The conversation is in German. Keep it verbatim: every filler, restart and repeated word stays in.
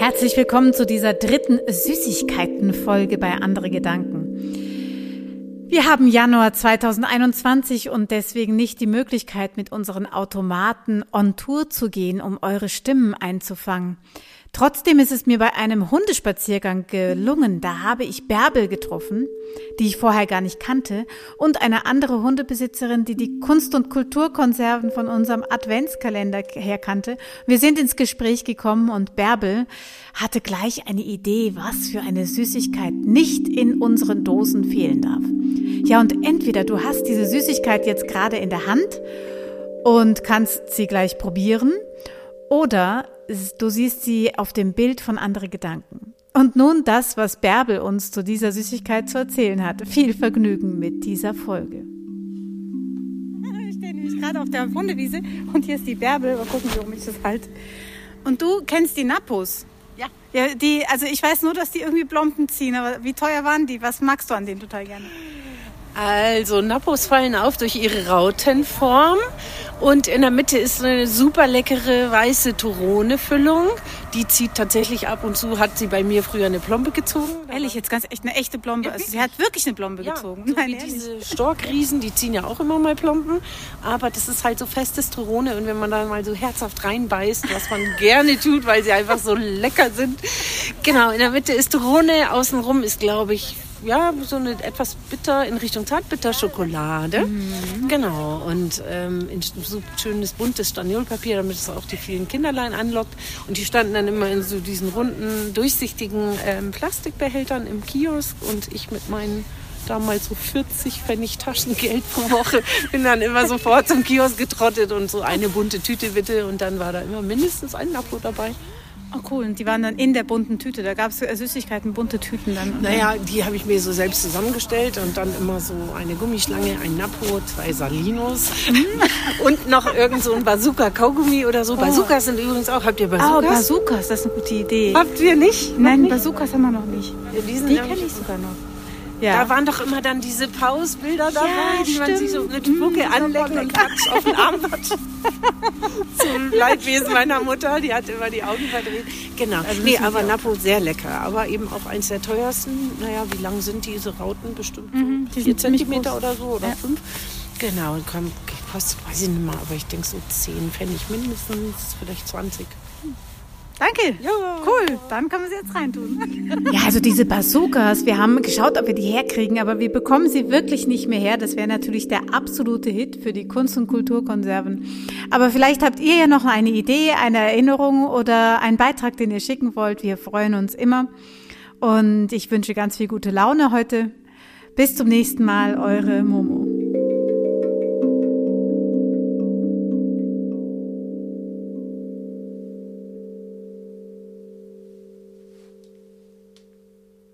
Herzlich willkommen zu dieser dritten Süßigkeiten-Folge bei Andere Gedanken. Wir haben Januar zweitausendeinundzwanzig und deswegen nicht die Möglichkeit, mit unseren Automaten on Tour zu gehen, um eure Stimmen einzufangen. Trotzdem ist es mir bei einem Hundespaziergang gelungen. Da habe ich Bärbel getroffen, die ich vorher gar nicht kannte, und eine andere Hundebesitzerin, die die Kunst- und Kulturkonserven von unserem Adventskalender her kannte. Wir sind ins Gespräch gekommen und Bärbel hatte gleich eine Idee, was für eine Süßigkeit nicht in unseren Dosen fehlen darf. Ja, und entweder du hast diese Süßigkeit jetzt gerade in der Hand und kannst sie gleich probieren, oder du siehst sie auf dem Bild von Andere Gedanken. Und nun das, was Bärbel uns zu dieser Süßigkeit zu erzählen hat. Viel Vergnügen mit dieser Folge. Ich stehe nämlich gerade auf der Hundewiese und hier ist die Bärbel. Mal gucken, warum ich das halte. Und du kennst die Nappos? Ja. Ja, die, also ich weiß nur, dass die irgendwie Blompen ziehen, aber wie teuer waren die? Was magst du an denen total gerne? Also Nappos fallen auf durch ihre Rautenform und in der Mitte ist eine super leckere weiße Turone-Füllung. Die zieht tatsächlich ab und zu, hat sie bei mir früher eine Plombe gezogen. Ehrlich, jetzt ganz echt eine echte Plombe. Also sie hat wirklich eine Plombe ja, gezogen. So Nein, wie ehrlich. diese Storkriesen, die ziehen ja auch immer mal Plomben. Aber das ist halt so festes Turone und wenn man da mal so herzhaft reinbeißt, was man gerne tut, weil sie einfach so lecker sind. Genau, in der Mitte ist Turone, außenrum ist, glaube ich, ja, so eine etwas bitter in Richtung Zartbitter-Schokolade. Mhm. Genau. Und ähm, in so schönes buntes Staniolpapier, damit es auch die vielen Kinderlein anlockt. Und die standen dann immer in so diesen runden, durchsichtigen ähm, Plastikbehältern im Kiosk. Und ich mit meinen damals so vierzig Pfennig Taschengeld pro Woche bin dann immer sofort zum Kiosk getrottet und so eine bunte Tüte bitte. Und dann war da immer mindestens ein Nappo dabei. Oh cool, und die waren dann in der bunten Tüte. Da gab es Süßigkeiten, bunte Tüten dann. Naja, die habe ich mir so selbst zusammengestellt und dann immer so eine Gummischlange, ein Nappo, zwei Salinos und noch irgend so ein Bazooka-Kaugummi oder so. Oh. Bazookas sind übrigens auch. Habt ihr Bazookas? Oh, Bazookas, das ist eine gute Idee. Habt ihr nicht? Nein, nicht? Bazookas haben wir noch nicht. Ja, die die kenne ich sogar noch. Ja. Da waren doch immer dann diese Pausbilder dabei, ja, die man sich so mit Spucke mmh, anlecken und Quatsch auf den Arm hat. Zum Leidwesen meiner Mutter, die hat immer die Augen verdreht. Genau, also nee, aber Nappo sehr lecker, aber eben auch eins der teuersten. Naja, wie lang sind diese Rauten? Bestimmt mhm, die vier Zentimeter oder so oder ja. fünf. Genau, kostet, weiß ich nicht mehr, aber ich denke so zehn Pfennig mindestens, vielleicht zwanzig. Danke. Ja. Cool. Dann können wir sie jetzt reintun. Ja, also diese Bazookas, wir haben geschaut, ob wir die herkriegen, aber wir bekommen sie wirklich nicht mehr her. Das wäre natürlich der absolute Hit für die Kunst- und Kulturkonserven. Aber vielleicht habt ihr ja noch eine Idee, eine Erinnerung oder einen Beitrag, den ihr schicken wollt. Wir freuen uns immer. Und ich wünsche ganz viel gute Laune heute. Bis zum nächsten Mal, eure Momo.